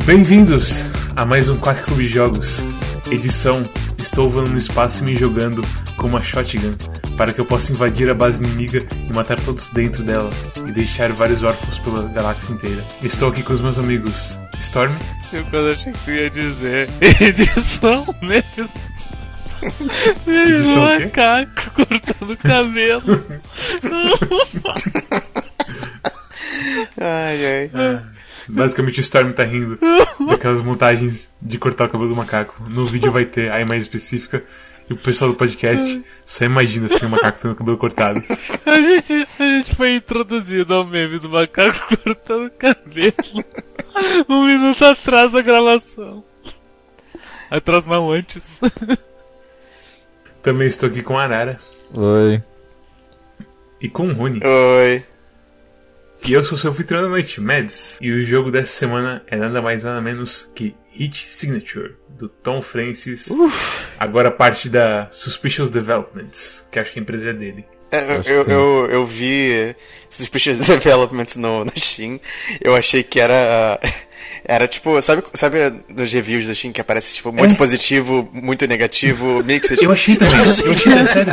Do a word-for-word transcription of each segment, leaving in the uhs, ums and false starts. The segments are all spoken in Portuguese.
Bem-vindos a mais um Quack Clube de Jogos. Edição: estou voando no espaço e me jogando com uma shotgun para que eu possa invadir a base inimiga e matar todos dentro dela e deixar vários órfãos pela galáxia inteira. Estou aqui com os meus amigos Storm. Eu quando achei que tu ia dizer edição mesmo. Edição um macaco cortando o cabelo. Ai, ai. É, basicamente o Storm tá rindo daquelas montagens de cortar o cabelo do macaco. No vídeo vai ter a imagem específica e o pessoal do podcast só imagina assim o macaco tendo o cabelo cortado. A gente, a gente foi introduzido ao meme do macaco cortando o cabelo um minuto atrás da gravação. Atrás não, antes. Também estou aqui com a Arara. Oi. E com o Rune. Oi. E eu sou seu anfitrião da noite, Mads. E o jogo dessa semana é nada mais nada menos que Hit Signature, do Tom Francis. Uf. Agora parte da Suspicious Developments, que acho que a empresa é dele. É, eu, eu, eu, eu vi Suspicious Developments no, no Steam. Eu achei que era... Era tipo, sabe, sabe nos reviews da Steam que aparece tipo muito é. positivo, muito negativo, mixed? Eu achei também, eu achei também, sério.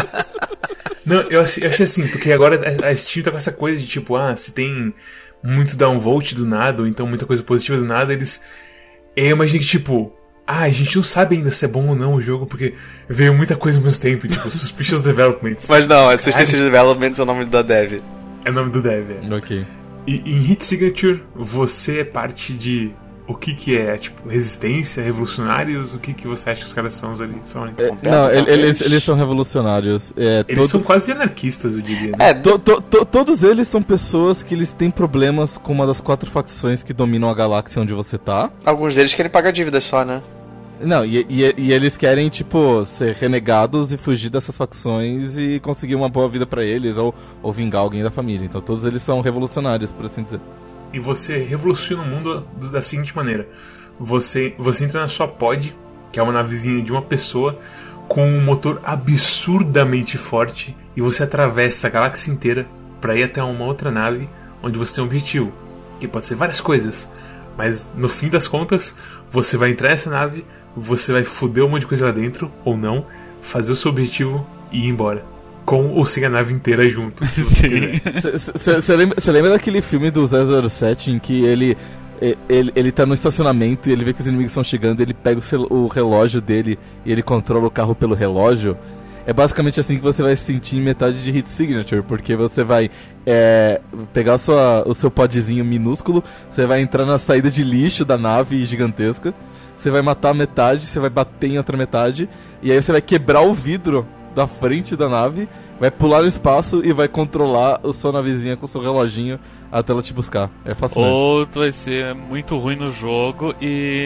Não, eu achei assim, porque agora a Steam tá com essa coisa de tipo, ah, se tem muito downvote do nada, ou então muita coisa positiva do nada, eles... Eu imaginei que tipo, ah, a gente não sabe ainda se é bom ou não o jogo, porque veio muita coisa ao mesmo tempo, tipo, Suspicious Developments. Mas não, é Suspicious Developments é o nome da dev. É o nome do dev, é. Ok. E em Hit Signature, você é parte de... O que que é? Tipo, resistência, revolucionários? O que que você acha que os caras são ali? São, é, não, eles, eles são revolucionários. É, eles todo... são quase anarquistas, eu diria. Né? É, to, to, to, todos eles são pessoas que eles têm problemas com uma das quatro facções que dominam a galáxia onde você tá. Alguns deles querem pagar dívidas só, né? Não, e, e, e eles querem, tipo, ser renegados e fugir dessas facções e conseguir uma boa vida pra eles, ou, ou vingar alguém da família. Então todos eles são revolucionários, por assim dizer. E você revoluciona o mundo da seguinte maneira. Você, você entra na sua pod, que é uma navezinha de uma pessoa, com um motor absurdamente forte, e você atravessa a galáxia inteira para ir até uma outra nave, onde você tem um objetivo, que pode ser várias coisas. Mas no fim das contas, você vai entrar nessa nave, você vai foder um monte de coisa lá dentro, ou não, fazer o seu objetivo e ir embora. Com ou sem a nave inteira junto, se você quiser. Você lembra, lembra daquele filme do zero zero sete em que ele, ele, ele tá no estacionamento e ele vê que os inimigos estão chegando, ele pega o, cel, o relógio dele e ele controla o carro pelo relógio? É basicamente assim que você vai se sentir em metade de Hit Signature, porque você vai é, pegar a sua, o seu podzinho minúsculo, você vai entrar na saída de lixo da nave gigantesca, você vai matar a metade, você vai bater em outra metade, e aí você vai quebrar o vidro da frente da nave, vai pular no espaço e vai controlar a sua navezinha com o seu reloginho até ela te buscar. É fascinante. Ou tu vai ser muito ruim no jogo e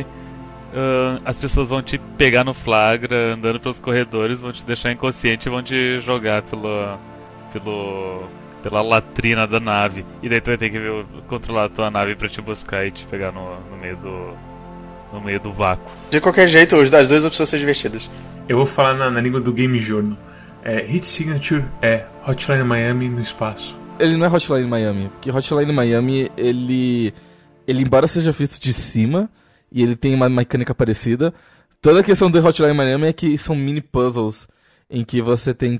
uh, as pessoas vão te pegar no flagra, andando pelos corredores, vão te deixar inconsciente e vão te jogar pelo, pelo, pela latrina da nave. E daí tu vai ter que ver, controlar a tua nave pra te buscar e te pegar no, no meio do no meio do vácuo. De qualquer jeito, as duas opções são divertidas. Eu vou falar na, na língua do Game Journal. É, Hit Signature é Hotline Miami no espaço. Ele não é Hotline Miami, porque Hotline Miami, ele, ele embora seja visto de cima, e ele tem uma mecânica parecida, toda a questão do Hotline Miami é que são mini puzzles, em que você tem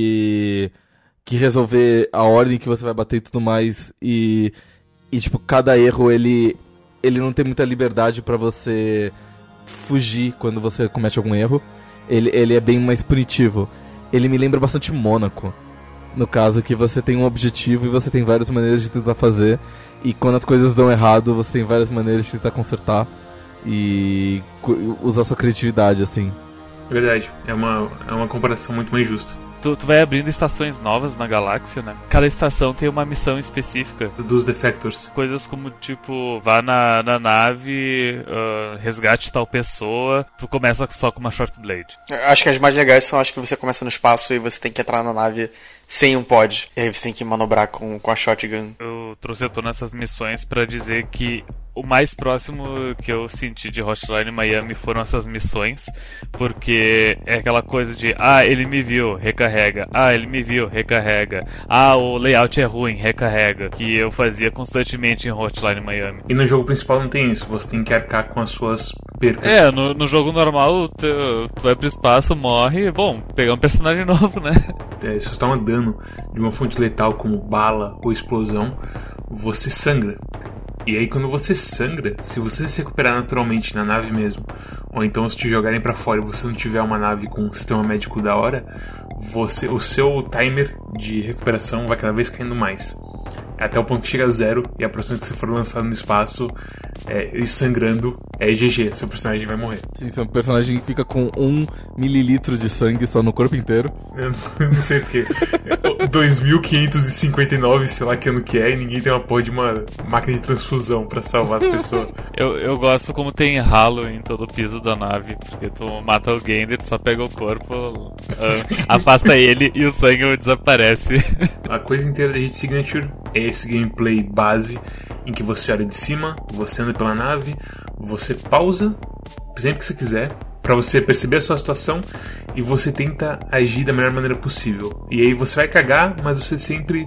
que, que resolver a ordem que você vai bater e tudo mais, e, e tipo, cada erro, ele, ele não tem muita liberdade pra você fugir quando você comete algum erro. Ele, ele é bem mais punitivo. Ele me lembra bastante Mônaco. No caso que você tem um objetivo e você tem várias maneiras de tentar fazer. E quando as coisas dão errado, você tem várias maneiras de tentar consertar. E usar sua criatividade, assim. É verdade. É uma, é uma comparação muito mais justa. Tu, tu vai abrindo estações novas na galáxia, né? Cada estação tem uma missão específica. Dos Defectors. Coisas como, tipo, vá na, na nave, uh, resgate tal pessoa. Tu começa só com uma short blade. Acho que as mais legais são as que você começa no espaço e você tem que entrar na nave sem um pod. E aí você tem que manobrar com, com a shotgun. Eu trouxe eu tô nessas missões pra dizer que o mais próximo que eu senti de Hotline Miami foram essas missões, porque é aquela coisa de, ah, ele me viu, recarrega, ah, ele me viu, recarrega, ah, o layout é ruim, recarrega, que eu fazia constantemente em Hotline Miami. E no jogo principal não tem isso, você tem que arcar com as suas percas. É, no, no jogo normal, tu, tu vai pro espaço, morre, bom, pegar um personagem novo, né? É, se você toma dano de uma fonte letal como bala ou explosão, você sangra. E aí quando você sangra, se você se recuperar naturalmente na nave mesmo, ou então se te jogarem pra fora e você não tiver uma nave com um sistema médico da hora, você, o seu timer de recuperação vai cada vez caindo mais. Até o ponto que chega a zero, e a próxima vez que você for lançado no espaço, é, sangrando, é G G, seu personagem vai morrer. Sim, seu personagem fica com um mililitro de sangue só no corpo inteiro. Eu não sei porquê. dois mil quinhentos e cinquenta e nove, sei lá que ano que é, e ninguém tem uma porra de uma máquina de transfusão pra salvar as pessoas. Eu, eu gosto como tem ralo em todo o piso da nave, porque tu mata alguém, ele só pega o corpo, uh, afasta ele e o sangue desaparece. A coisa inteira da Hit Signature é esse gameplay base em que você olha de cima, você anda pela nave, você pausa sempre que você quiser pra você perceber a sua situação e você tenta agir da melhor maneira possível. E aí você vai cagar, mas você sempre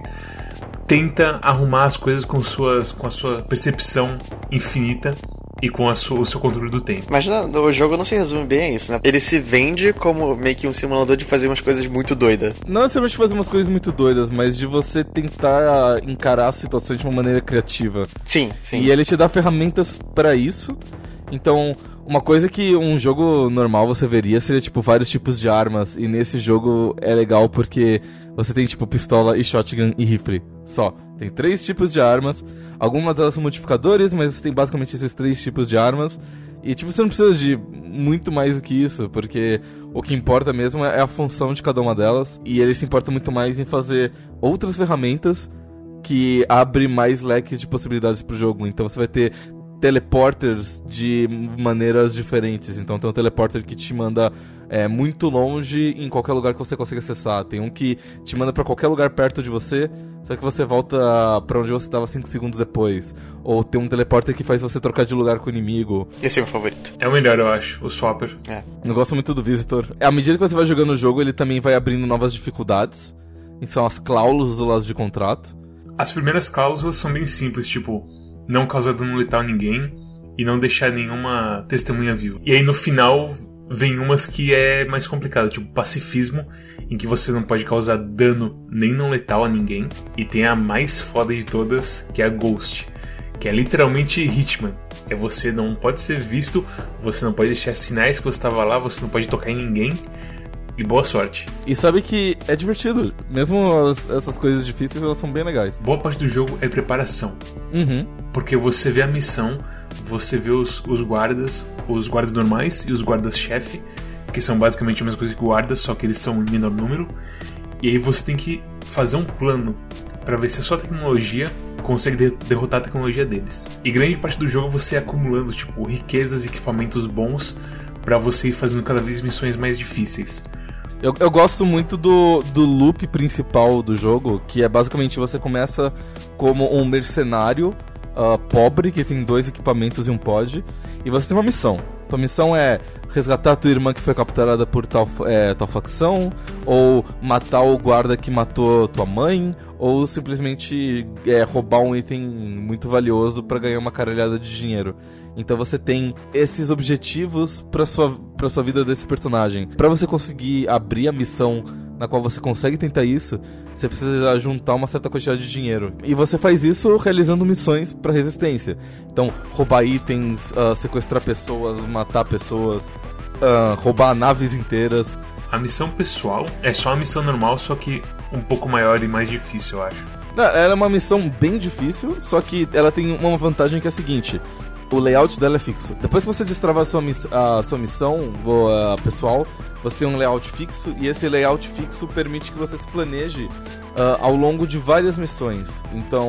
tenta arrumar as coisas com, suas, com a sua percepção infinita e com a sua, o seu controle do tempo. Mas não, o jogo não se resume bem a isso, né? Ele se vende como meio que um simulador de fazer umas coisas muito doidas. Não necessariamente fazer umas coisas muito doidas, mas de você tentar encarar as situações de uma maneira criativa. Sim, sim. E ele te dá ferramentas pra isso. Então, uma coisa que um jogo normal você veria seria, tipo, vários tipos de armas. E nesse jogo é legal porque você tem, tipo, pistola e shotgun e rifle. Só. Tem três tipos de armas. Algumas delas são modificadores, mas você tem basicamente esses três tipos de armas. E, tipo, você não precisa de muito mais do que isso, porque o que importa mesmo é a função de cada uma delas. E ele se importa muito mais em fazer outras ferramentas que abrem mais leques de possibilidades pro jogo. Então você vai ter teleporters de maneiras diferentes. Então tem um teleporter que te manda é, muito longe em qualquer lugar que você consiga acessar. Tem um que te manda pra qualquer lugar perto de você, só que você volta pra onde você tava cinco segundos depois. Ou tem um teleporter que faz você trocar de lugar com o inimigo. Esse é o meu favorito. É o melhor, eu acho, o Swapper. É. Eu gosto muito do Visitor. À medida que você vai jogando o jogo, ele também vai abrindo novas dificuldades. E são as cláusulas de contrato. As primeiras cláusulas são bem simples, tipo, não causar dano letal a ninguém e não deixar nenhuma testemunha viva. E aí no final vem umas que é mais complicado, tipo pacifismo, em que você não pode causar dano nem não letal a ninguém. E tem a mais foda de todas, que é a Ghost, que é literalmente Hitman. É você não pode ser visto, você não pode deixar sinais que você estava lá, você não pode tocar em ninguém. E boa sorte. E sabe que é divertido. Mesmo as, essas coisas difíceis, elas são bem legais. Boa parte do jogo é preparação. Uhum. Porque você vê a missão, você vê os, os guardas, os guardas normais e os guardas-chefe, que são basicamente a mesma coisa que guardas, só que eles estão em menor número. E aí você tem que fazer um plano pra ver se a sua tecnologia consegue de- derrotar a tecnologia deles. E grande parte do jogo você é acumulando tipo riquezas e equipamentos bons pra você ir fazendo cada vez missões mais difíceis. Eu, eu gosto muito do, do loop principal do jogo, que é basicamente você começa como um mercenário uh, pobre, que tem dois equipamentos e um pod, e você tem uma missão. Tua missão é resgatar tua irmã que foi capturada por tal, é, tal facção, ou matar o guarda que matou tua mãe, ou simplesmente é, roubar um item muito valioso pra ganhar uma caralhada de dinheiro. Então você tem esses objetivos pra sua, pra sua vida desse personagem. Pra você conseguir abrir a missão na qual você consegue tentar isso, você precisa juntar uma certa quantidade de dinheiro. E você faz isso realizando missões pra resistência. Então, roubar itens, uh, sequestrar pessoas, matar pessoas, uh, roubar naves inteiras. A missão pessoal é só a missão normal, só que um pouco maior e mais difícil, eu acho. Não, ela é uma missão bem difícil, só que ela tem uma vantagem que é a seguinte: o layout dela é fixo. Depois que você destravar a sua, miss- a sua missão uh, pessoal, você tem um layout fixo, e esse layout fixo permite que você se planeje uh, ao longo de várias missões. Então,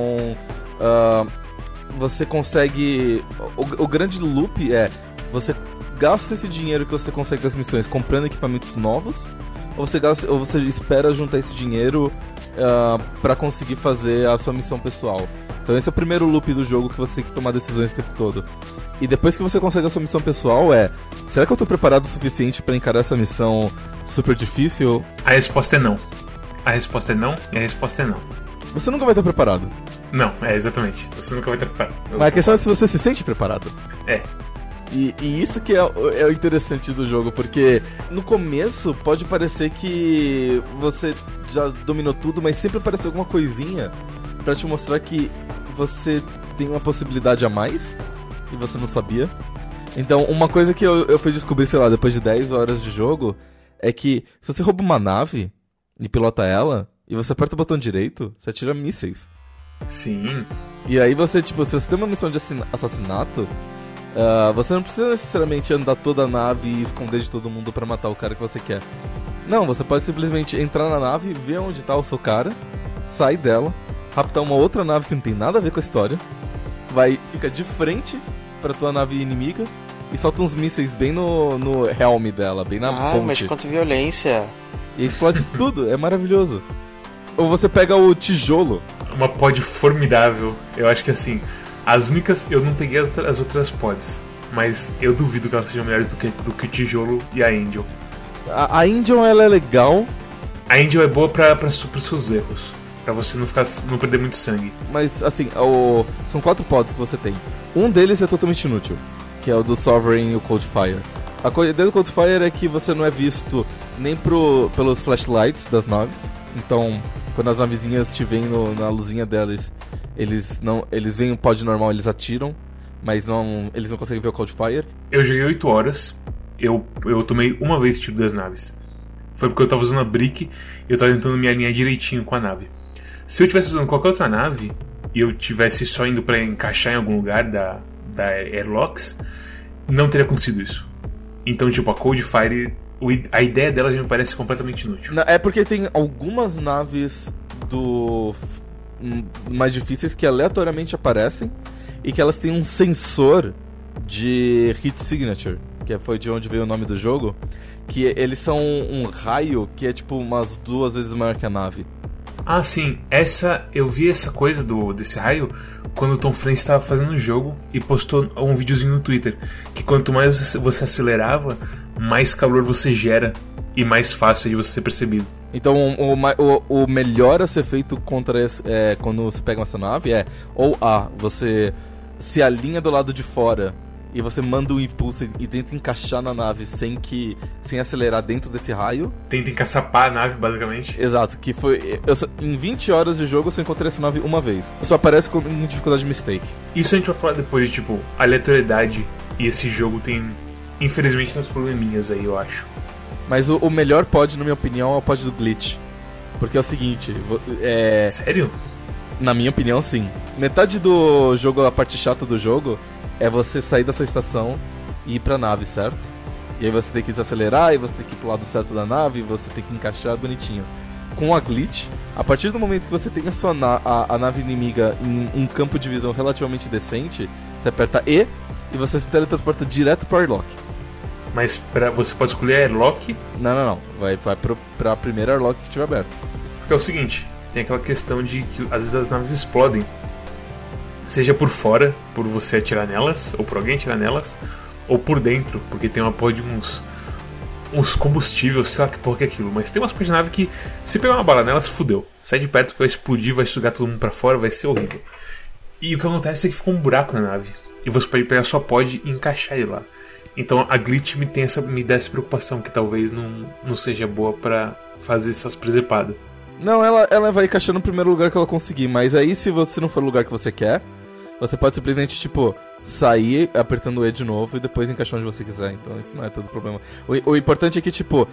uh, você consegue... O, o grande loop é: você gasta esse dinheiro que você consegue das missões comprando equipamentos novos, ou você, gasta, ou você espera juntar esse dinheiro uh, para conseguir fazer a sua missão pessoal. Então esse é o primeiro loop do jogo que você tem que tomar decisões o tempo todo. E depois que você consegue a sua missão pessoal é... Será que eu tô preparado o suficiente pra encarar essa missão super difícil? A resposta é não. A resposta é não e a resposta é não. Você nunca vai estar preparado. Não, é exatamente. Você nunca vai estar preparado. Eu Mas a questão é se você se sente preparado. É. E, e isso que é, o- é o interessante do jogo, porque no começo pode parecer que você já dominou tudo, mas sempre aparece alguma coisinha pra te mostrar que você tem uma possibilidade a mais e você não sabia. Então, uma coisa que eu, eu fui descobrir, sei lá, depois de dez horas de jogo, é que se você rouba uma nave e pilota ela, e você aperta o botão direito, você atira mísseis. Sim. E aí você, tipo, se você tem uma missão de assina- assassinato, ah, você não precisa necessariamente andar toda a nave e esconder de todo mundo pra matar o cara que você quer. Não, você pode simplesmente entrar na nave, ver onde tá o seu cara, sair dela, raptar uma outra nave que não tem nada a ver com a história, vai, fica de frente pra tua nave inimiga e solta uns mísseis bem no, no helm dela, bem na Ah, ponte. mas quanta violência. E explode tudo, é maravilhoso. Ou você pega o tijolo. Uma pod formidável. Eu acho que assim, as únicas. Eu não peguei as, as outras pods, mas eu duvido que elas sejam melhores do que, do que o tijolo e a Angel. A, a Angel, ela é legal, A Angel é boa pra, pra suprir seus erros. Pra você não, ficar, não perder muito sangue. mas assim, o... são quatro pods que você tem. Um deles é totalmente inútil, que é o do Sovereign e o Coldfire. A coisa do Coldfire é que você não é visto nem pro, pelos flashlights das naves. Então, quando as navezinhas te veem no- na luzinha delas, eles não, eles veem o pod normal, eles atiram, mas não, eles não conseguem ver o Coldfire. Eu joguei oito horas. Eu, eu tomei uma vez tiro das naves. Foi porque eu tava usando a Brick e eu tava tentando me alinhar direitinho com a nave. Se eu tivesse usando qualquer outra nave e eu tivesse só indo pra encaixar em algum lugar da, da Airlocks, não teria acontecido isso. Então, tipo, a Coldfire, o i- a ideia dela já me parece completamente inútil. Na- É porque tem algumas naves do hum, mais difíceis que aleatoriamente aparecem e que elas têm um sensor de hit signature, que foi de onde veio o nome do jogo, que eles são um raio que é tipo umas duas vezes maior que a nave. Ah, sim, essa eu vi essa coisa do desse raio quando o Tom Clancy estava fazendo o jogo e postou um videozinho no Twitter que quanto mais você- você acelerava, mais calor você gera e mais fácil é de você ser percebido. Então o, o ma- o- o melhor a ser feito contra esse, é, quando você pega essa nave é ou A, você se alinha do lado de fora e você manda um impulso e, e tenta encaixar na nave sem que sem acelerar dentro desse raio. Tenta encaçapar a nave, basicamente. Exato, que foi eu só- em vinte horas de jogo eu só encontrei essa nave uma vez. Só aparece com em dificuldade de mistake. Isso a gente vai falar depois de, tipo, aleatoriedade. E esse jogo tem, infelizmente, tem uns probleminhas aí, eu acho. Mas o, o melhor pod, na minha opinião, é o pod do glitch. Porque é o seguinte, vo- é, Sério? na minha opinião, sim. Metade do jogo, a parte chata do jogo, é você sair da sua estação e ir pra nave, certo? E aí você tem que desacelerar, e você tem que ir pro lado certo da nave, e você tem que encaixar bonitinho. Com a glitch, a partir do momento que você tem a sua na- a, a nave inimiga em um campo de visão relativamente decente, você aperta E e você se teletransporta direto pro airlock. Mas pra, você pode escolher a Airlock, Não, não, não. Vai, vai pro, pra primeira airlock que estiver aberto. porque é o seguinte, tem aquela questão de que às vezes as naves explodem. Seja por fora, por você atirar nelas, ou por alguém atirar nelas, ou por dentro, porque tem uma porra de uns, uns combustíveis, sei lá que porra que é aquilo. Mas tem umas porra de nave que, se pegar uma bala nelas, fudeu. Sai de perto que vai explodir, vai sugar todo mundo pra fora, vai ser horrível. E o que acontece é que fica um buraco na nave. E você pode pegar sua pod e encaixar ele lá. Então a glitch me, tem essa, me dá essa preocupação que talvez não, não seja boa pra fazer essas presepadas. Não, ela, ela vai encaixar no primeiro lugar que ela conseguir, mas aí se você não for o lugar que você quer, você pode simplesmente, tipo, sair apertando o E de novo e depois encaixar onde você quiser, então isso não é todo problema. O, o importante é que, tipo,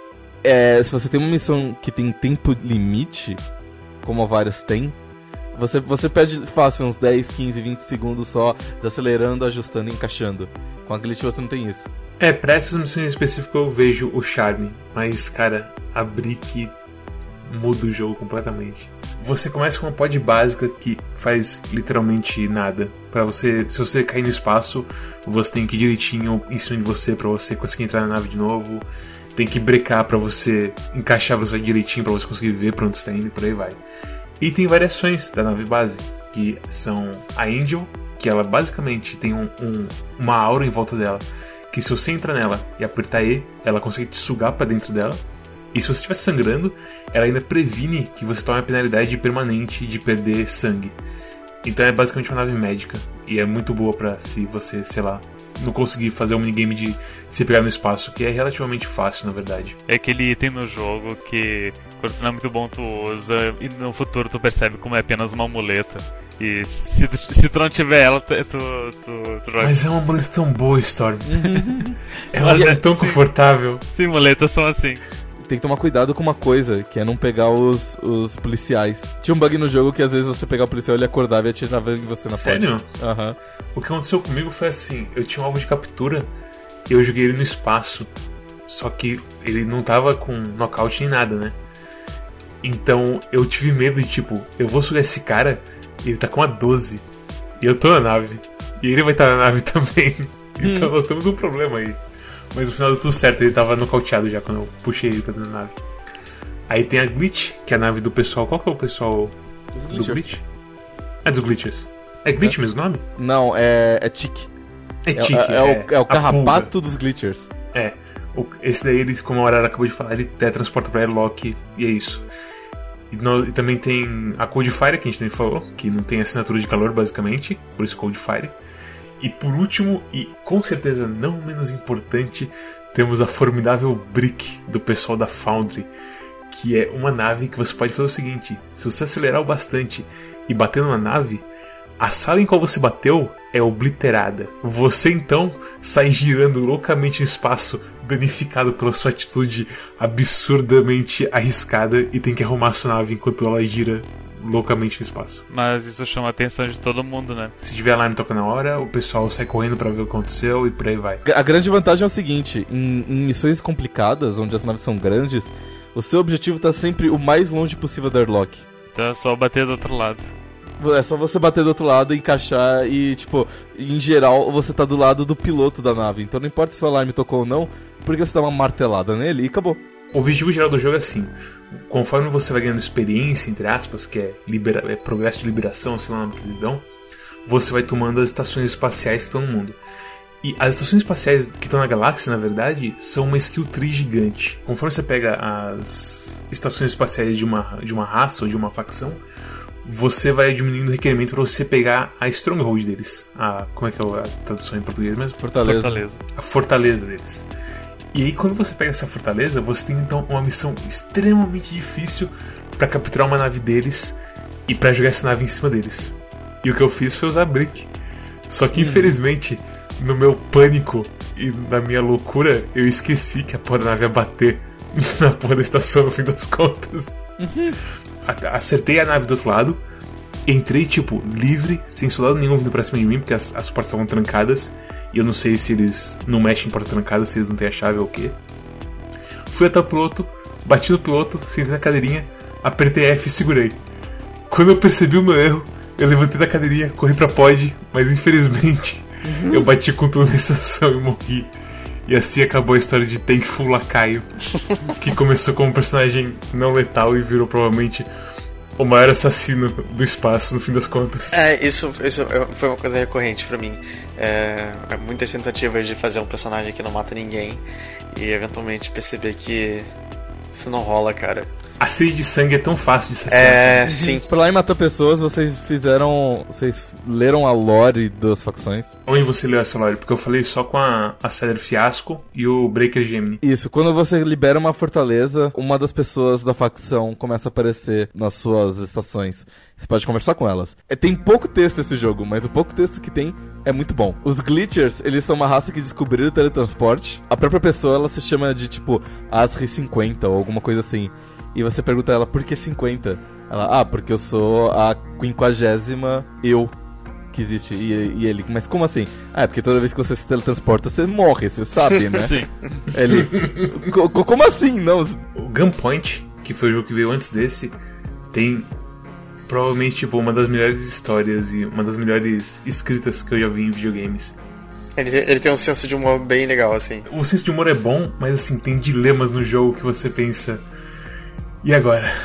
é, se você tem uma missão que tem tempo limite, como a várias tem, você, você perde fácil uns dez, quinze, vinte segundos só, desacelerando, ajustando e encaixando. Com a glitch você não tem isso. É, pra essas missões específicas eu vejo o charme, mas, cara, a Brick muda o jogo completamente. Você começa com uma pod básica que faz literalmente nada. Para você, se você cair no espaço, você tem que ir direitinho em cima de você para você conseguir entrar na nave de novo. Tem que brecar para você encaixar você direitinho para você conseguir ver pra onde está indo e por aí vai. E tem variações da nave base. que são a Angel, que ela basicamente tem um, um, uma aura em volta dela, que se você entrar nela e apertar E, ela consegue te sugar pra dentro dela. E se você estiver sangrando, ela ainda previne que você tome a penalidade permanente de perder sangue. Então é basicamente uma nave médica. E é muito boa pra se você, sei lá, não conseguir fazer um minigame de se pegar no espaço, que é relativamente fácil, na verdade. É aquele item no jogo que, quando tu não é muito bom, tu usa, e no futuro tu percebe como é apenas uma muleta. E se tu, se tu não tiver ela, tu, tu, tu, tu joga. Mas é uma muleta tão boa, Storm. Ela é tão Sim. confortável. Sim, muletas são assim. Tem que tomar cuidado com uma coisa, que é não pegar os, os policiais. Tinha um bug no jogo que às vezes você pegar o policial, ele acordava e atirava em você na Sério? porta. Aham. Uhum. O que aconteceu comigo foi assim, eu tinha um alvo de captura e eu joguei ele no espaço. Só que ele não tava com knockout nem nada, né? Então eu tive medo de tipo, eu vou sugar esse cara e ele tá com a doze. E eu tô na nave. E ele vai estar na nave também. Então hum. nós temos um problema aí. Mas no final deu tudo certo, ele tava nocauteado já quando eu puxei ele pra dentro da nave. Aí tem a Glitch, que é a nave do pessoal. Qual que é o pessoal do Glitch? É dos Glitchers. É Glitch é. mesmo o nome? Não, é, é Tick. É Tick, é, é, é, o, é o carrapato dos Glitchers. É. O, esse daí, eles, como a Arara acabou de falar, ele teletransporta pra Airlock e é isso. E, no, e também tem a Coldfire, que a gente também falou, que não tem assinatura de calor, basicamente, por isso Coldfire. E por último, e com certeza não menos importante, temos a formidável Brick do pessoal da Foundry, que é uma nave que você pode fazer o seguinte: se você acelerar o bastante e bater numa nave, a sala em qual você bateu é obliterada. Você então sai girando loucamente no espaço, danificado pela sua atitude absurdamente arriscada, e tem que arrumar sua nave enquanto ela gira loucamente no espaço. Mas isso chama a atenção de todo mundo, né? Se tiver alarme toca na hora, o pessoal sai correndo pra ver o que aconteceu e por aí vai. A grande vantagem é o seguinte: em, em missões complicadas, onde as naves são grandes, o seu objetivo tá sempre o mais longe possível da Airlock. Então é só bater do outro lado. É só você bater do outro lado, encaixar e, tipo, em geral, você tá do lado do piloto da nave. Então não importa se o alarme tocou ou não, porque você dá uma martelada nele e acabou. O objetivo geral do jogo é assim: conforme você vai ganhando experiência, entre aspas, que é, libera- é progresso de liberação, sei lá o nome que eles dão, você vai tomando as estações espaciais que estão no mundo. E as estações espaciais que estão na galáxia, na verdade, são uma skill tree gigante. Conforme você pega as estações espaciais de uma, de uma raça ou de uma facção, você vai diminuindo o requerimento para você pegar a stronghold deles. A, como é que é a tradução em português mesmo? Fortaleza. Fortaleza. A fortaleza deles. E aí quando você pega essa fortaleza, você tem então uma missão extremamente difícil para capturar uma nave deles e para jogar essa nave em cima deles. E o que eu fiz foi usar a Brick. Só que infelizmente, no meu pânico e na minha loucura, eu esqueci que a porra da nave ia bater na porra da estação no fim das contas. Acertei a nave do outro lado, entrei tipo livre, sem soldado nenhum vindo pra cima de mim, porque as, as portas estavam trancadas. E eu não sei se eles não mexem em porta trancada, se eles não têm a chave ou o quê. Fui até o piloto, bati no piloto, sentei na cadeirinha, apertei F e segurei. Quando eu percebi o meu erro, eu levantei da cadeirinha, corri pra pod, mas infelizmente uhum. eu bati com tudo na estação e morri. E assim acabou a história de Thankful Lacaio, que começou como um personagem não letal e virou provavelmente o maior assassino do espaço, no fim das contas. É, isso, isso foi uma coisa recorrente pra mim. É, muitas tentativas de fazer um personagem que não mata ninguém e eventualmente perceber que isso não rola, cara. A sede de sangue é tão fácil de assassinar. É, sim. Pra lá em matar pessoas, vocês fizeram... Vocês leram a lore das facções? Onde você leu essa lore? Porque eu falei só com a, a Cedar Fiasco e o Breaker Gemini. Isso, quando você libera uma fortaleza, uma das pessoas da facção começa a aparecer nas suas estações. Você pode conversar com elas. É, tem pouco texto esse jogo, mas o pouco texto que tem é muito bom. Os Glitchers, eles são uma raça que descobriram o teletransporte. A própria pessoa, ela se chama de, tipo, Asri cinquenta ou alguma coisa assim. E você pergunta a ela, por que cinquenta? Ela, ah, porque eu sou a quinquagésima eu que existe. E, e ele, mas como assim? Ah, é porque toda vez que você se teletransporta, você morre, você sabe, né? Sim. Ele, como assim? Não. O Gunpoint, que foi o jogo que veio antes desse, tem provavelmente, tipo, uma das melhores histórias e uma das melhores escritas que eu já vi em videogames. Ele, ele tem um senso de humor bem legal, assim. O senso de humor é bom, mas assim, tem dilemas no jogo que você pensa... E agora? O que,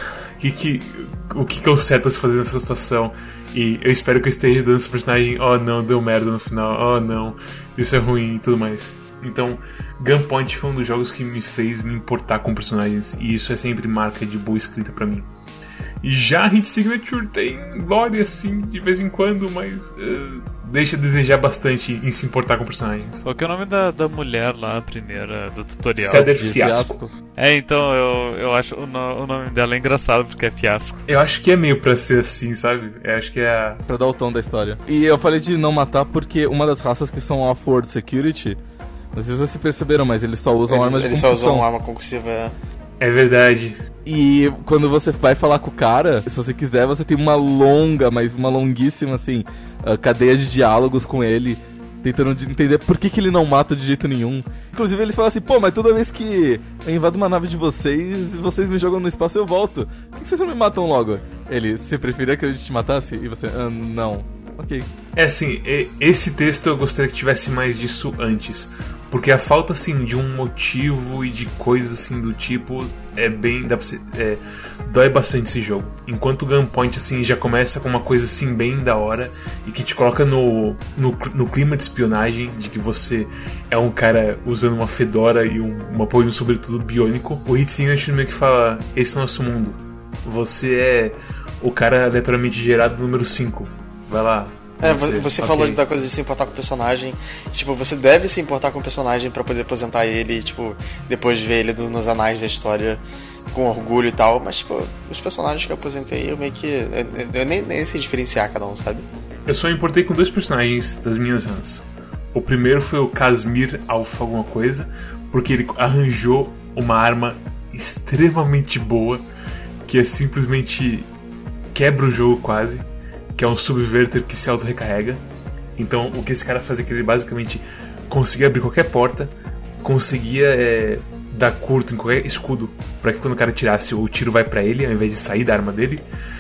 que que, o que que é o certo a se fazer nessa situação. E eu espero que eu esteja dando esse personagem, oh não, deu merda no final, oh não, isso é ruim e tudo mais. Então, Gunpoint foi um dos jogos que me fez me importar com personagens, e isso é sempre marca de boa escrita pra mim. E já Hit Signature tem glória, assim, de vez em quando, mas uh, deixa a desejar bastante em se importar com personagens. Qual que é o nome da, da mulher lá, a primeira, do tutorial? Cedar Fiasco. É, então, eu, eu acho o, no, o nome dela é engraçado, porque é Fiasco. Eu acho que é meio pra ser assim, sabe? Eu acho que é a... Pra dar o tom da história. E eu falei de não matar porque uma das raças que são off-world security, não sei se vocês perceberam, mas eles só usam eles, armas de eles concussão. Eles só usam arma concursiva, é... É verdade. E quando você vai falar com o cara, se você quiser, você tem uma longa, mas uma longuíssima, assim, uh, cadeia de diálogos com ele, tentando entender por que, que ele não mata de jeito nenhum. Inclusive, eles falam assim, pô, mas toda vez que eu invado uma nave de vocês, vocês me jogam no espaço, eu volto. Por que vocês não me matam logo? Ele, você preferia que a gente te matasse? E você, ah, não. Ok. É assim, esse texto eu gostaria que tivesse mais disso antes. Porque a falta, assim, de um motivo e de coisas, assim, do tipo, é bem... Dá pra ser, é, dói bastante esse jogo. Enquanto o Gunpoint, assim, já começa com uma coisa, assim, bem da hora e que te coloca no, no, no clima de espionagem, de que você é um cara usando uma fedora e um, uma porra de um sobretudo biônico. O Hit Signature meio que fala, esse é o nosso mundo. Você é o cara aleatoriamente gerado número cinco. Vai lá. É, você, você okay. falou da coisa de se importar com o personagem. Tipo, você deve se importar com o personagem pra poder aposentar ele, tipo, depois de ver ele do, nos anais da história com orgulho e tal. Mas, tipo, os personagens que eu aposentei, eu meio que... Eu, eu nem, nem sei diferenciar cada um, sabe? Eu só me importei com dois personagens das minhas runs. O primeiro foi o Casimir Alpha alguma coisa, porque ele arranjou uma arma extremamente boa, que é simplesmente quebra o jogo quase, que é um subverter que se auto-recarrega. Então o que esse cara fazia é que ele basicamente conseguia abrir qualquer porta, conseguia é, dar curto em qualquer escudo, para que quando o cara tirasse, o tiro vai pra ele ao invés de sair da arma dele.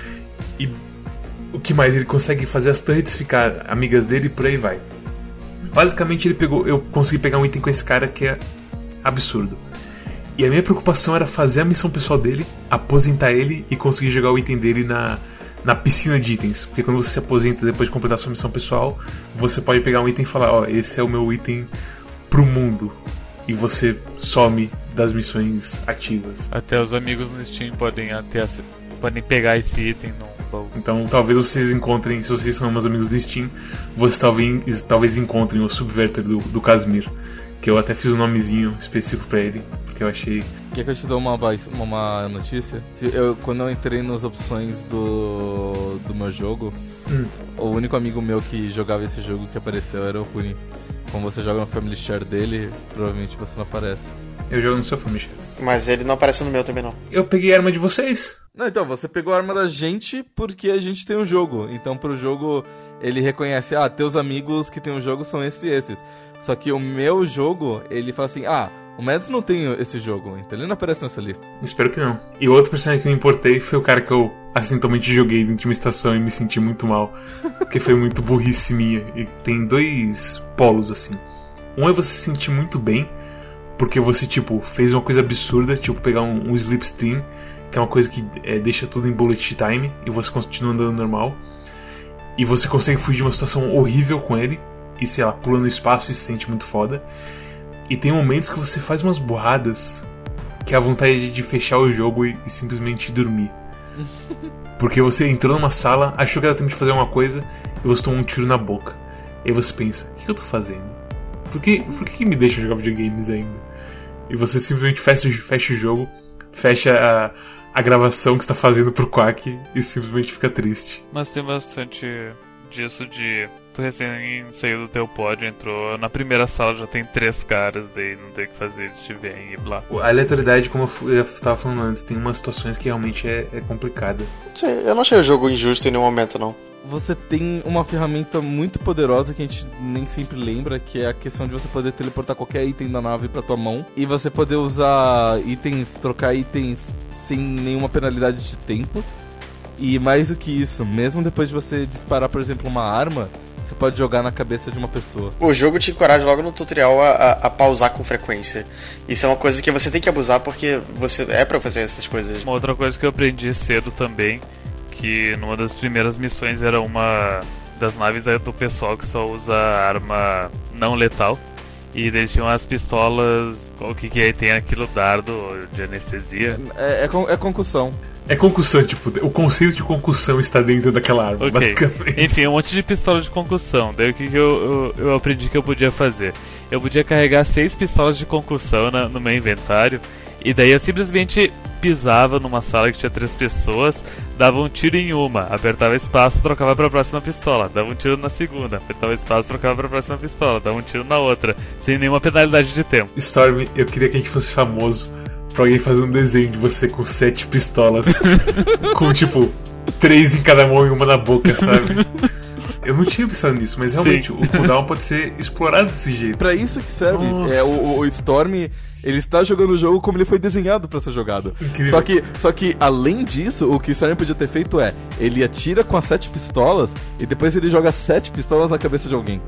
E o que mais? Ele consegue fazer as turrets ficar amigas dele e por aí vai. Basicamente ele pegou, eu consegui pegar um item com esse cara que é absurdo. E a minha preocupação era fazer a missão pessoal dele, aposentar ele e conseguir jogar o item dele na... na piscina de itens, porque quando você se aposenta depois de completar sua missão pessoal, você pode pegar um item e falar, ó, oh, esse é o meu item pro mundo, e você some das missões ativas. Até os amigos no Steam podem, até, podem pegar esse item no baú. Então talvez vocês encontrem, se vocês são meus amigos do Steam, vocês talvez, talvez encontrem o Subverter do, do Casimir, que eu até fiz um nomezinho específico pra ele, porque eu achei... Quer que eu te dou uma, uma notícia? Se eu, quando eu entrei nas opções do, do meu jogo, hum. o único amigo meu que jogava esse jogo que apareceu era o Rune. Como você joga no Family Share dele, provavelmente você não aparece. Eu jogo no seu Family Share. Mas ele não aparece no meu também não. Eu peguei a arma de vocês. Não, então, você pegou a arma da gente porque a gente tem um jogo. Então pro jogo ele reconhece, ah, teus amigos que tem um jogo são esses e esses. Só que o meu jogo, ele fala assim, ah, o Mads não tem esse jogo, então ele não aparece nessa lista. Espero que não. E o outro personagem que eu importei foi o cara que eu acidentalmente joguei dentro de uma estação e me senti muito mal. Porque foi muito burrice minha. E tem dois polos, assim. Um é você se sentir muito bem, porque você, tipo, fez uma coisa absurda, tipo, pegar um, um slipstream, que é uma coisa que é, deixa tudo em bullet time, e você continua andando normal. E você consegue fugir de uma situação horrível com ele, e sei lá, pula no espaço e se sente muito foda. E tem momentos que você faz umas burradas que é a vontade de fechar o jogo e, e simplesmente dormir. Porque você entrou numa sala, achou que era tempo de fazer uma coisa e você tomou um tiro na boca. E aí você pensa, o que eu tô fazendo? Por que, por que me deixa jogar videogames ainda? E você simplesmente fecha, fecha o jogo, fecha a, a gravação que você tá fazendo pro Quack e simplesmente fica triste. Mas tem bastante disso de... Tu recém saiu do teu pódio, entrou na primeira sala, já tem três caras, daí não tem o que fazer, eles te veem e blá. A aleatoriedade, como eu tava falando antes, tem umas situações que realmente é, é complicada. Sim, eu não achei o jogo injusto em nenhum momento, não. Você tem uma ferramenta muito poderosa que a gente nem sempre lembra, que é a questão de você poder teleportar qualquer item da nave pra tua mão, e você poder usar itens, trocar itens sem nenhuma penalidade de tempo. E mais do que isso, mesmo depois de você disparar, por exemplo, uma arma, você pode jogar na cabeça de uma pessoa. O jogo te encoraja logo no tutorial a, a, a pausar com frequência. Isso é uma coisa que você tem que abusar porque você é pra fazer essas coisas. Uma outra coisa que eu aprendi cedo também, que numa das primeiras missões era uma das naves do pessoal que só usa arma não letal. E eles tinham as pistolas, o que que é? Tem aquilo dardo de anestesia. É, é, con- é concussão. É concussão, tipo, o conceito de concussão está dentro daquela arma, Ok. basicamente. Enfim, um monte de pistola de concussão. Daí o que, que eu, eu, eu aprendi que eu podia fazer? Eu podia carregar seis pistolas de concussão na, no meu inventário. E daí eu simplesmente pisava numa sala que tinha três pessoas, dava um tiro em uma, apertava espaço, trocava pra próxima pistola, dava um tiro na segunda, apertava espaço, trocava pra próxima pistola, dava um tiro na outra, sem nenhuma penalidade de tempo. Storm, eu queria que a gente fosse famoso pra alguém fazer um desenho de você com sete pistolas, com tipo, três em cada mão e uma na boca, sabe? Eu não tinha pensado nisso, mas realmente Sim. o cooldown pode ser explorado desse jeito. Pra isso que serve. Nossa. É, o, o Storm, ele está jogando o jogo como ele foi desenhado pra ser jogado. Incrível. Só que, só que, além disso, o que o Storm podia ter feito é, ele atira com as sete pistolas e depois ele joga sete pistolas na cabeça de alguém.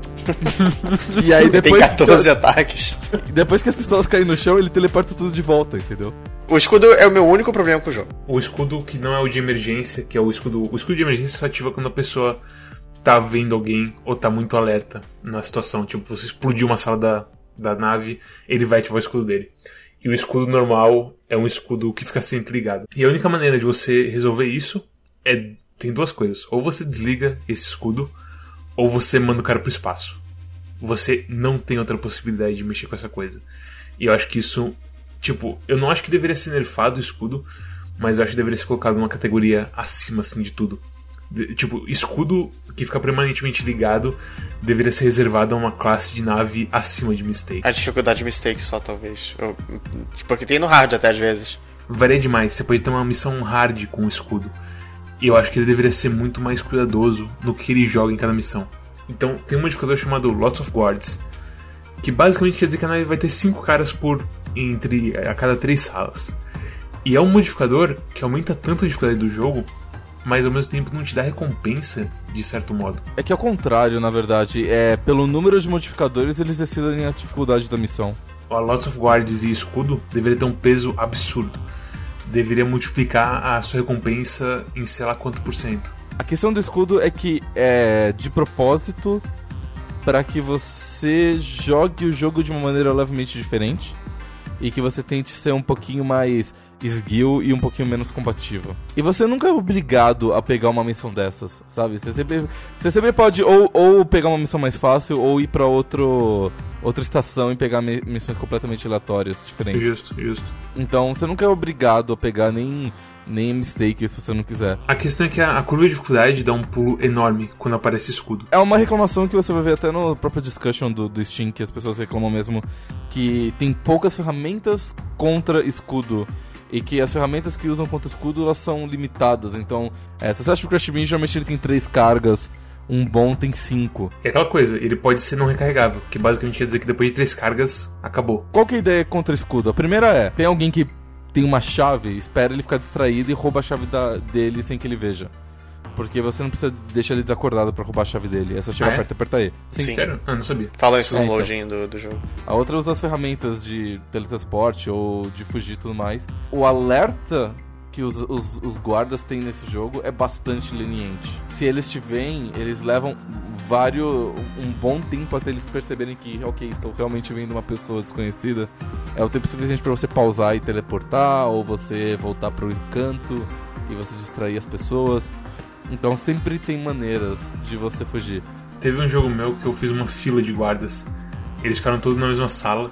E aí depois, Tem catorze ataques. depois que as pistolas caem no chão, ele teleporta tudo de volta, entendeu? O escudo é o meu único problema com o jogo. O escudo que não é o de emergência, que é o escudo... O escudo de emergência só ativa quando a pessoa tá vendo alguém ou tá muito alerta na situação. Tipo, você explodiu uma sala da, da nave, ele vai ativar o escudo dele. E o escudo normal é um escudo que fica sempre ligado. E a única maneira de você resolver isso é... Tem duas coisas. Ou você desliga esse escudo, ou você manda o cara pro espaço. Você não tem outra possibilidade de mexer com essa coisa. E eu acho que isso... Tipo, eu não acho que deveria ser nerfado o escudo, mas eu acho que deveria ser colocado numa categoria acima, assim, de tudo. De, tipo, escudo que fica permanentemente ligado deveria ser reservado a uma classe de nave acima de Mistake. A dificuldade de mistake só, talvez. Eu, porque tem no hard até às vezes. Varia demais, você pode ter uma missão hard com o escudo. E eu acho que ele deveria ser muito mais cuidadoso no que ele joga em cada missão. Então, tem um modificador chamado Lots of Guards, que basicamente quer dizer que a nave vai ter cinco caras por entre a cada três salas. E é um modificador que aumenta tanto a dificuldade do jogo, mas ao mesmo tempo não te dá recompensa, de certo modo. É que ao contrário, na verdade, é pelo número de modificadores eles decidem a dificuldade da missão. A Lots of Guards e escudo deveria ter um peso absurdo. Deveria multiplicar a sua recompensa em sei lá quanto por cento. A questão do escudo é que é de propósito para que você jogue o jogo de uma maneira levemente diferente e que você tente ser um pouquinho mais esguio e um pouquinho menos combativo. E você nunca é obrigado a pegar uma missão dessas, sabe? Você sempre, você sempre pode ou, ou pegar uma missão mais fácil ou ir pra outro, outra estação e pegar mi- missões completamente aleatórias, diferentes. Justo, justo. Então você nunca é obrigado a pegar nem, nem mistake se você não quiser. A questão é que a, a curva de dificuldade dá um pulo enorme quando aparece escudo. É uma reclamação que você vai ver até no próprio discussion do, do Steam, que as pessoas reclamam mesmo que tem poucas ferramentas contra escudo. E que as ferramentas que usam contra escudo, elas são limitadas. Então, é, se você acha que o Crash Bandicoot, geralmente ele tem três cargas, um bom tem cinco. É aquela coisa, ele pode ser não recarregável, que basicamente quer dizer que depois de três cargas, acabou. Qual que é a ideia contra escudo? A primeira é, tem alguém que tem uma chave, espera ele ficar distraído e rouba a chave da, dele sem que ele veja. Porque você não precisa deixar ele desacordado pra roubar a chave dele. É só chegar Ah, é? perto e apertar E. Sim. Sim. Sério? Ah, não sabia. Fala isso É, no então. login do, do jogo. A outra usa as ferramentas de teletransporte ou de fugir e tudo mais. O alerta que os, os, os guardas têm nesse jogo é bastante leniente. Se eles te veem, eles levam vários, um bom tempo até eles perceberem que, ok, estou realmente vendo uma pessoa desconhecida. É o tempo suficiente pra você pausar e teleportar, ou você voltar pro canto e você distrair as pessoas. Então sempre tem maneiras de você fugir. Teve um jogo meu que eu fiz uma fila de guardas. Eles ficaram todos na mesma sala.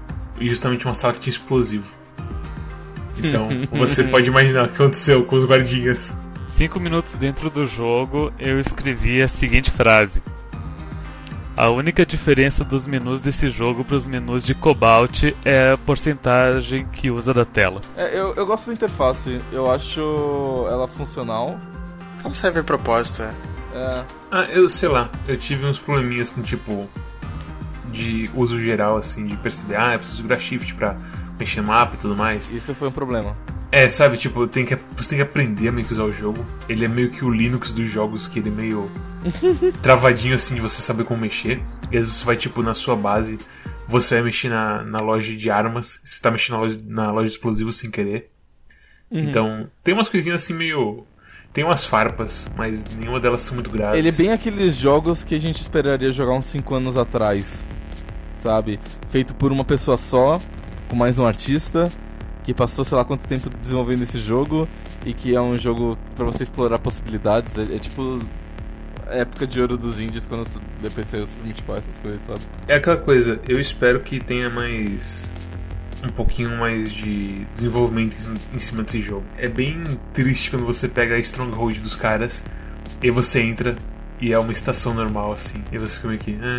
E justamente uma sala que tinha explosivo. Então, você pode imaginar o que aconteceu com os guardinhas. Cinco minutos dentro do jogo, eu escrevi a seguinte frase: a única diferença dos menus desse jogo para os menus de Cobalt é a porcentagem que usa da tela. É, eu, eu gosto da interface, eu acho ela funcional. Então serve a propósito, é. É, Ah, eu sei lá, eu tive uns probleminhas com tipo de uso geral, assim, de perceber, ah, eu preciso segurar shift pra mexer no mapa e tudo mais. isso foi um problema. É, sabe, tipo, tem que, você tem que aprender a meio que usar o jogo. Ele é meio que o Linux dos jogos, que ele é meio travadinho assim de você saber como mexer. E às vezes você vai, tipo, na sua base, você vai mexer na, na loja de armas, você tá mexendo na loja, na loja de explosivos sem querer. Uhum. Então, tem umas coisinhas assim meio... Tem umas farpas, mas nenhuma delas são muito graves. Ele é bem aqueles jogos que a gente esperaria jogar uns cinco anos atrás, sabe? Feito por uma pessoa só, com mais um artista, que passou sei lá quanto tempo desenvolvendo esse jogo, e que é um jogo pra você explorar possibilidades. É, é tipo a época de ouro dos indies, quando o D P C Super Meat Boy, essas coisas, sabe? É aquela coisa, eu espero que tenha mais... um pouquinho mais de desenvolvimento em cima desse jogo. É bem triste quando você pega a Stronghold dos caras e você entra e é uma estação normal assim, e você fica meio que... Ah.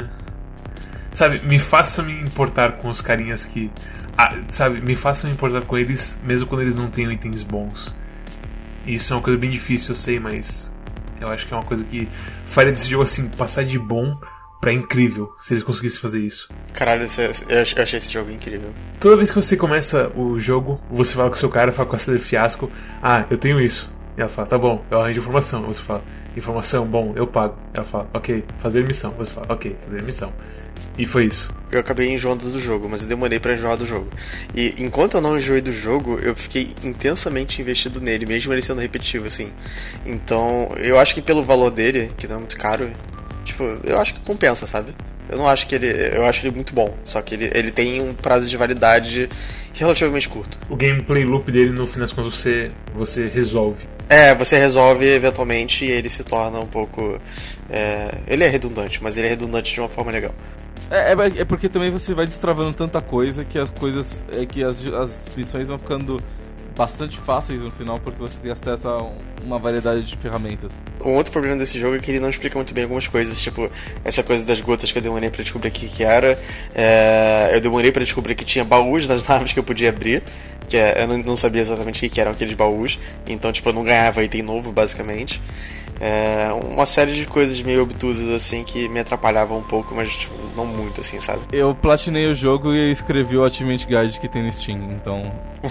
Sabe, me faça me importar com os carinhas que... Ah, sabe, me faça me importar com eles mesmo quando eles não tenham itens bons. Isso é uma coisa bem difícil, eu sei, mas eu acho que é uma coisa que faria desse jogo assim, passar de bom pra incrível, se eles conseguissem fazer isso. Caralho, eu achei esse jogo incrível. Toda vez que você começa o jogo, você fala com o seu cara, fala com a Cedar Fiasco: ah, eu tenho isso. E ela fala: tá bom, eu arranjo informação. Você fala: informação, bom, eu pago. Ela fala: ok, fazer missão. Você fala: ok, fazer missão. E foi isso. Eu acabei enjoando do jogo, mas eu demorei pra enjoar do jogo. E enquanto eu não enjoei do jogo, eu fiquei intensamente investido nele, mesmo ele sendo repetitivo, assim. Então, eu acho que pelo valor dele, que não é muito caro, tipo, eu acho que compensa, sabe? Eu não acho que ele... Eu acho ele muito bom. Só que ele, ele tem um prazo de validade relativamente curto. O gameplay loop dele, no fim das contas, você, você resolve. É, você resolve eventualmente e ele se torna um pouco... É, ele é redundante, mas ele é redundante de uma forma legal. É, é, é porque também você vai destravando tanta coisa que as coisas... É que as, as missões vão ficando bastante fáceis no final, porque você tem acesso a uma variedade de ferramentas. Um outro problema desse jogo é que ele não explica muito bem algumas coisas, tipo, essa coisa das gotas que eu demorei pra descobrir o que, que era. É, eu demorei pra descobrir que tinha baús nas naves que eu podia abrir, que é, eu não, não sabia exatamente o que, que eram aqueles baús, então tipo, eu não ganhava item novo, basicamente. É, uma série de coisas meio obtusas assim que me atrapalhavam um pouco, mas tipo, não muito assim, sabe? Eu platinei o jogo e escrevi o Ultimate Guide que tem no Steam, então...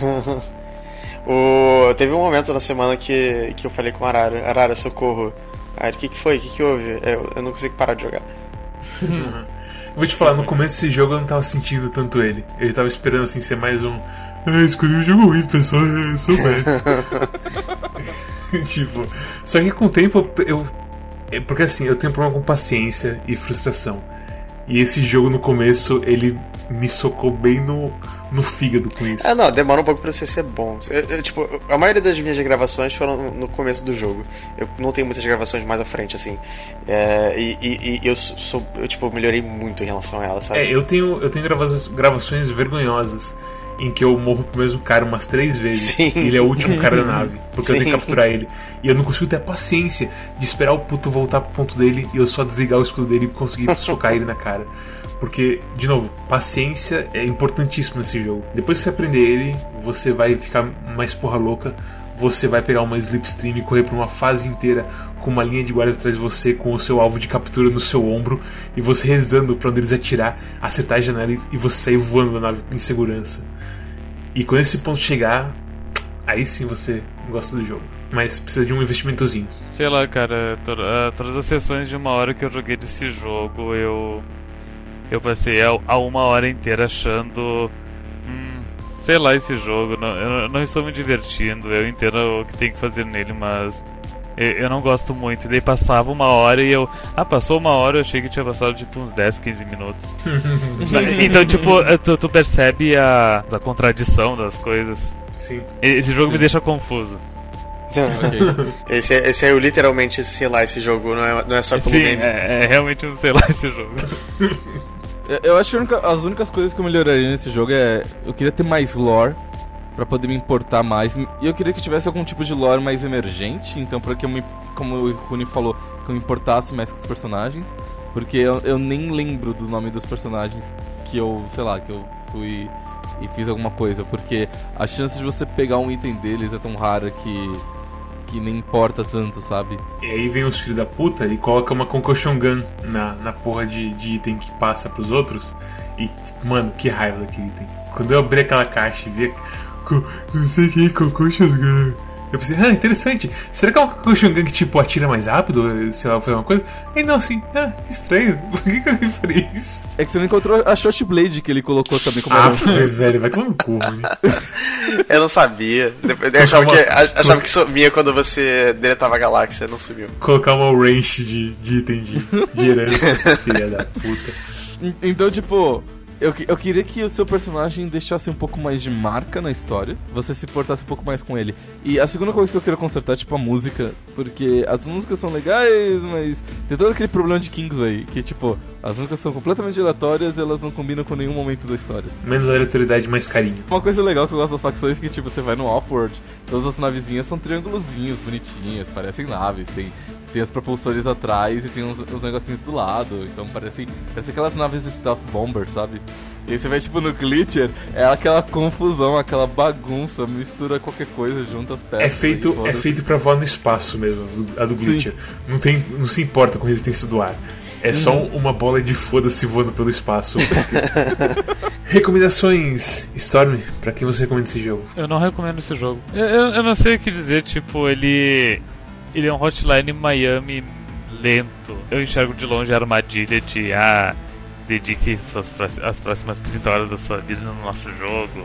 O... Teve um momento na semana que, que eu falei com o Arara: Arara, socorro. Aí, o que, que foi? O que, que houve? Eu, eu não consigo parar de jogar. Uhum. Vou te falar, no começo desse jogo eu não tava sentindo tanto ele. Eu tava esperando assim ser mais um... Ah, escolhi um jogo ruim, pessoal, eu sou Mads. Tipo, só que com o tempo eu... eu... Porque assim, eu tenho problema com paciência e frustração. E esse jogo no começo, ele me socou bem no, no fígado com isso. Ah, não, demora um pouco pra você ser bom. Eu, eu, tipo, a maioria das minhas gravações foram no começo do jogo. Eu não tenho muitas gravações mais à frente, assim. É, e, e, e eu, sou, eu, tipo, melhorei muito em relação a ela, sabe? É, eu tenho, eu tenho gravações, gravações vergonhosas em que eu morro pro mesmo cara umas três vezes. Sim. E ele é o último cara da nave, porque Sim. eu tenho que capturar ele. E eu não consigo ter a paciência de esperar o puto voltar pro ponto dele e eu só desligar o escudo dele e conseguir socar ele na cara. Porque, de novo, paciência é importantíssimo nesse jogo. Depois que você aprender ele, você vai ficar mais porra louca. Você vai pegar uma slipstream e correr por uma fase inteira com uma linha de guardas atrás de você, com o seu alvo de captura no seu ombro, e você rezando pra onde eles atirar, acertar a janela e você sair voando na nave em segurança. E quando esse ponto chegar, aí sim você gosta do jogo. Mas precisa de um investimentozinho. Sei lá, cara, to- uh, todas as sessões de uma hora que eu joguei desse jogo, eu eu passei a, a uma hora inteira achando... Hum, sei lá, esse jogo, não, eu não estou me divertindo, eu entendo o que tem que fazer nele, mas eu, eu não gosto muito. E daí passava uma hora e eu... Ah, passou uma hora, eu achei que tinha passado tipo uns dez, quinze minutos. Então, tipo, tu, tu percebe a, a contradição das coisas. Sim. Esse jogo Sim. me deixa confuso. Ok. Esse, é- esse é o, literalmente, sei lá, esse jogo, não é, não é só pelo Sim, game. é, é realmente, sei lá, esse jogo. Eu- Eu acho que a única- as únicas coisas que eu melhoraria nesse jogo é... Eu queria ter mais lore pra poder me importar mais. E eu queria que tivesse algum tipo de lore mais emergente. Então, pra que eu me... Como o Rune falou, que eu me importasse mais com os personagens. Porque eu, eu nem lembro do nome dos personagens que eu, sei lá, que eu fui e fiz alguma coisa. Porque a chance de você pegar um item deles é tão rara que... Que nem importa tanto, sabe? E aí vem os filhos da puta e coloca uma Concussion Gun na, na porra de, de item que passa pros outros. E, mano, que raiva daquele item. Quando eu abri aquela caixa e vi com não sei quem, Cocô Shosgan. Eu pensei, ah, interessante. Será que é um Cocô Shosgan que, tipo, atira mais rápido? Sei lá, foi uma coisa? E não, assim, ah, estranho. Por que que alguém faria isso? É que você não encontrou a Short Blade que ele colocou também como Ah, herança. foi, velho, vai tomar no cu, mano. Eu não sabia. Eu achava que, achava que sumia quando você deletava a galáxia, não sumiu. Colocar uma range de, de item de, de herança, filha da puta. Então, tipo, eu, que- eu queria que o seu personagem deixasse um pouco mais de marca na história, você se portasse um pouco mais com ele. E a segunda coisa que eu queria consertar é, tipo, a música, porque as músicas são legais, mas tem todo aquele problema de Kingsway, que, tipo, as músicas são completamente aleatórias e elas não combinam com nenhum momento da história. Menos aleatoriedade, mais carinho. Uma coisa legal que eu gosto das facções é que, tipo, você vai no Offworld, todas as navezinhas são triângulozinhos, bonitinhas, parecem naves, tem, tem os propulsores atrás e tem uns, uns negocinhos do lado, então parece, parece aquelas naves Stealth Bomber, sabe? E aí você vai, tipo, no Glitcher, é aquela confusão, aquela bagunça, mistura qualquer coisa, junta as peças. É feito, e é foda-se. feito pra voar no espaço mesmo, a do Sim. Glitcher. Não, tem, não se importa com resistência do ar. É só uma bola de foda-se voando pelo espaço. Recomendações, Storm, pra quem você recomenda esse jogo? Eu não recomendo esse jogo. Eu, eu, eu não sei o que dizer, tipo, ele. Ele é um Hotline Miami lento. Eu enxergo de longe a armadilha de ah, dedique suas, pró- as próximas trinta horas da sua vida no nosso jogo.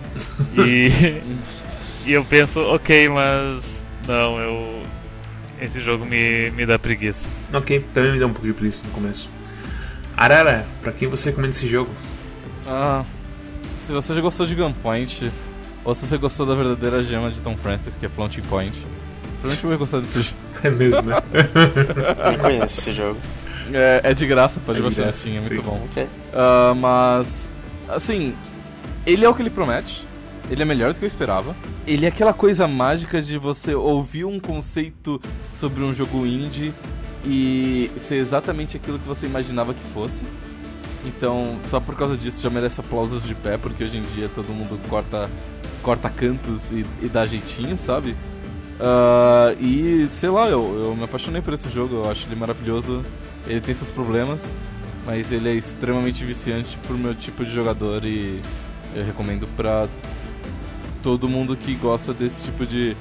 E, e eu penso, ok, mas não, eu. Esse jogo me, me dá preguiça. Ok, também me dá um pouquinho de preguiça no começo. Arara, pra quem você recomenda esse jogo? Ah, se você já gostou de Gunpoint, ou se você gostou da verdadeira gema de Tom Francis, que é Floating Point, você provavelmente vai gostar desse jogo. É mesmo, né? Nem conheço esse jogo. É, é de graça, pode É de baixar graça, assim, é muito sim. bom. Ok. Ah, mas, assim, ele é o que ele promete. Ele é melhor do que eu esperava. Ele é aquela coisa mágica de você ouvir um conceito sobre um jogo indie e ser exatamente aquilo que você imaginava que fosse. Então, só por causa disso já merece aplausos de pé, porque hoje em dia todo mundo corta, corta cantos e, e dá jeitinho, sabe? Ah, e, sei lá, eu, eu me apaixonei por esse jogo, eu acho ele maravilhoso. Ele tem seus problemas, mas ele é extremamente viciante pro meu tipo de jogador e eu recomendo pra todo mundo que gosta desse tipo de,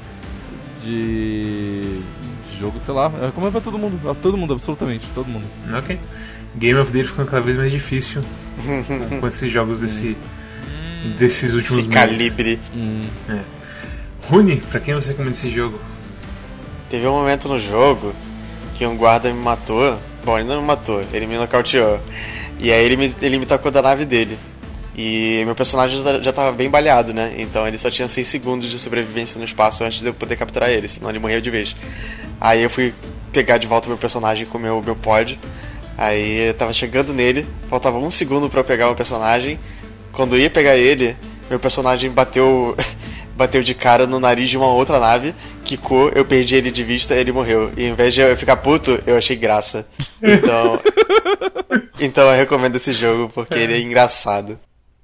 de, de jogo, sei lá. Eu recomendo pra todo mundo, pra todo mundo, absolutamente, todo mundo. Ok. Game of the Year ficando cada vez mais difícil com esses jogos desse, desses últimos Esse meses. calibre. Hum. Rune, pra quem você recomenda esse jogo? Teve um momento no jogo que um guarda me matou. Bom, ele não me matou, ele me nocauteou. E aí ele me, ele me tacou da nave dele. E meu personagem já, já tava bem baleado, né? Então ele só tinha seis segundos de sobrevivência no espaço antes de eu poder capturar ele, senão ele morria de vez. Aí eu fui pegar de volta meu personagem com o meu, meu pod. Aí eu tava chegando nele, faltava um segundo pra eu pegar o personagem. Quando eu ia pegar ele, meu personagem bateu bateu de cara no nariz de uma outra nave, quicou, eu perdi ele de vista e ele morreu. E ao invés de eu ficar puto, eu achei graça. Então, então eu recomendo esse jogo porque ele é engraçado.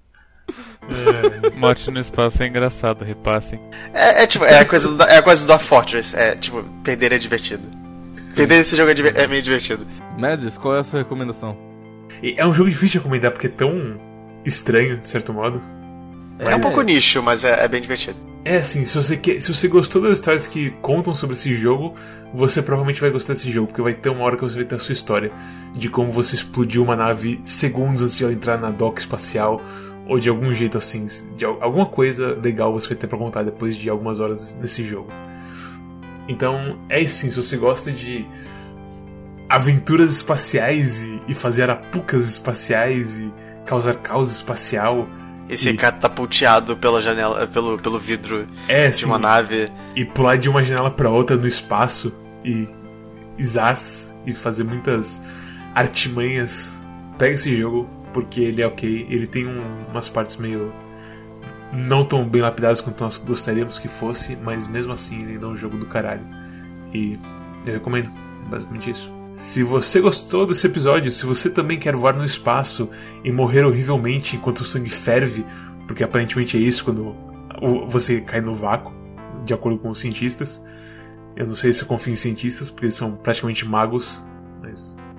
Morte no espaço é engraçado, repassem. É, é tipo, é a coisa do, é a coisa do A Fortress, é tipo, perder é divertido. Perder esse jogo é, diver- é meio divertido. Mads, qual é a sua recomendação? E é um jogo difícil de recomendar porque é tão estranho, de certo modo. É um pouco nicho, mas é, é bem divertido. É assim, se você, quer, se você gostou das histórias que contam sobre esse jogo, você provavelmente vai gostar desse jogo, porque vai ter uma hora que você vai ter a sua história de como você explodiu uma nave segundos antes de ela entrar na dock espacial, ou de algum jeito assim, de al- alguma coisa legal você vai ter pra contar depois de algumas horas desse jogo. Então, é isso sim, se você gosta de aventuras espaciais e, e fazer arapucas espaciais e causar caos espacial. E ser E- catapulteado pela janela, pelo, pelo vidro É, de sim, uma nave. e pular de uma janela pra outra no espaço e zaz e fazer muitas artimanhas. Pega esse jogo porque ele é ok, ele tem um- umas partes meio não tão bem lapidadas quanto nós gostaríamos que fosse, mas mesmo assim ele ainda é um jogo do caralho. E eu recomendo, basicamente isso. Se você gostou desse episódio, se você também quer voar no espaço e morrer horrivelmente enquanto o sangue ferve, porque aparentemente é isso quando o- você cai no vácuo, de acordo com os cientistas. Eu não sei se eu confio em cientistas, porque eles são praticamente magos, mas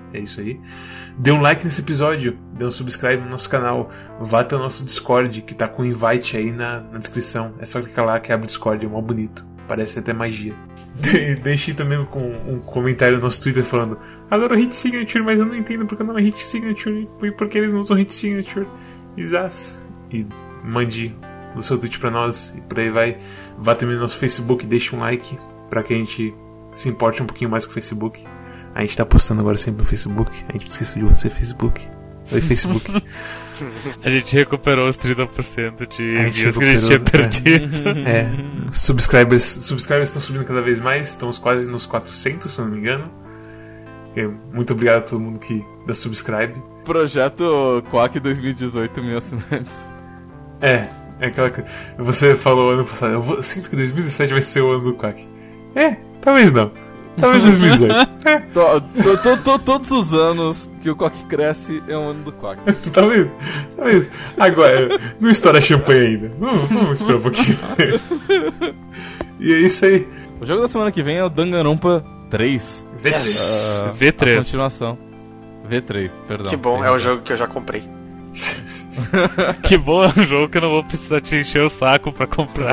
É isso aí. Dê um like nesse episódio, dê um subscribe no nosso canal, vá até o nosso Discord, que tá com o invite aí na, na descrição. É só clicar lá que abre o Discord, é mó bonito. Parece até magia. De- deixei também com um comentário no nosso Twitter falando: adoro Hit Signature, mas eu não entendo porque não é Hit Signature e porque eles não usam Hit Signature. Isas. E mande o seu tweet pra nós e por aí vai. Vá também no nosso Facebook, deixe um like pra que a gente se importe um pouquinho mais com o Facebook. A gente tá postando agora sempre no Facebook. A gente esqueceu de você, Facebook. Oi, Facebook. A gente recuperou os trinta por cento de A gente views que a gente tinha recuperou, perdido. É, subscribers subscribers estão subindo cada vez mais. Estamos quase nos quatrocentos, se não me engano. Muito obrigado a todo mundo que dá subscribe. Projeto Quack dois mil e dezoito mil assinantes. É, é aquela que você falou ano passado. Eu, vou, eu sinto que dois mil e dezessete vai ser o ano do Quack. É, talvez não. Talvez dois mil e dezoito. É. To- to- to- to- todos os anos que o Quack cresce é um ano do Quack. Talvez, talvez. Agora, não estoura champanhe ainda. Vamos, vamos esperar um pouquinho. E é isso aí. O jogo da semana que vem é o Danganronpa três. V três. Ah, V três. A continuação. V três, perdão. Que bom, é um jogo que eu já comprei. Que bom, é um jogo que eu não vou precisar te encher o saco pra comprar.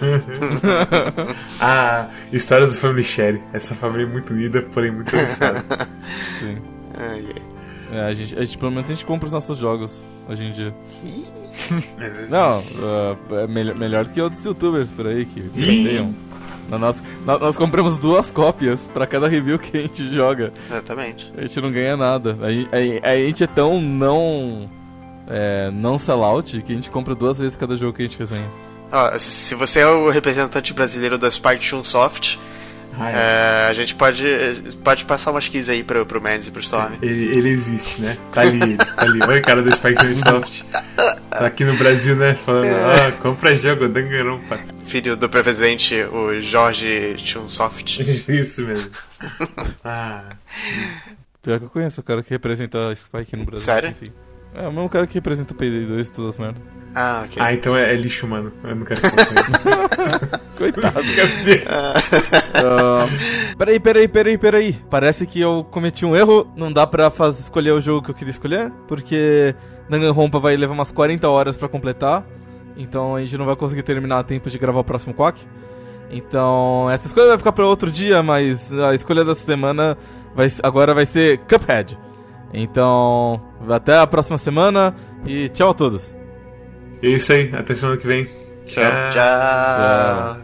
Ah, histórias do Family Share. Essa família é muito unida, porém muito avançada. Sim. Ai, ai. É, a gente, a gente, pelo menos a gente compra os nossos jogos hoje em dia. É verdade. Não, uh, é melhor, melhor do que outros youtubers por aí que Ih. odeiam. Na nossa- na- nós compramos duas cópias pra cada review que a gente joga. Exatamente. A gente não ganha nada. A, a- a gente é tão não. É, não sellout que a gente compra duas vezes cada jogo que a gente resenha. Ó, se- se você é o representante brasileiro da Spike Chunsoft, Ah, é. é, a gente pode, pode passar umas keys aí pro, pro Mads e pro Storm. Ele, ele existe, né? Tá ali, ele, tá ali. Olha o cara do Spike Soft. Tá aqui no Brasil, né? Falando, ah, compra jogo, Danganronpa. Filho do presidente, o Jorge Chunsoft. Isso mesmo. Ah, Pior que eu conheço o cara que representa a Spike no Brasil. Sério? Enfim. É o mesmo cara que representa o P D dois e todas as merdas. Ah, ok. ah, então é, é lixo, mano. Eu não quero falar. Coitado. Uh, peraí, peraí, peraí, peraí. Parece que eu cometi um erro. Não dá pra faz, escolher o jogo que eu queria escolher, porque Danganronpa vai levar umas quarenta horas pra completar. Então a gente não vai conseguir terminar a tempo de gravar o próximo Quack. Então essa escolha vai ficar pra outro dia, mas a escolha dessa semana vai, agora vai ser Cuphead. Então até a próxima semana e tchau a todos. É isso aí, até semana que vem. Tchau. Tchau. Tchau.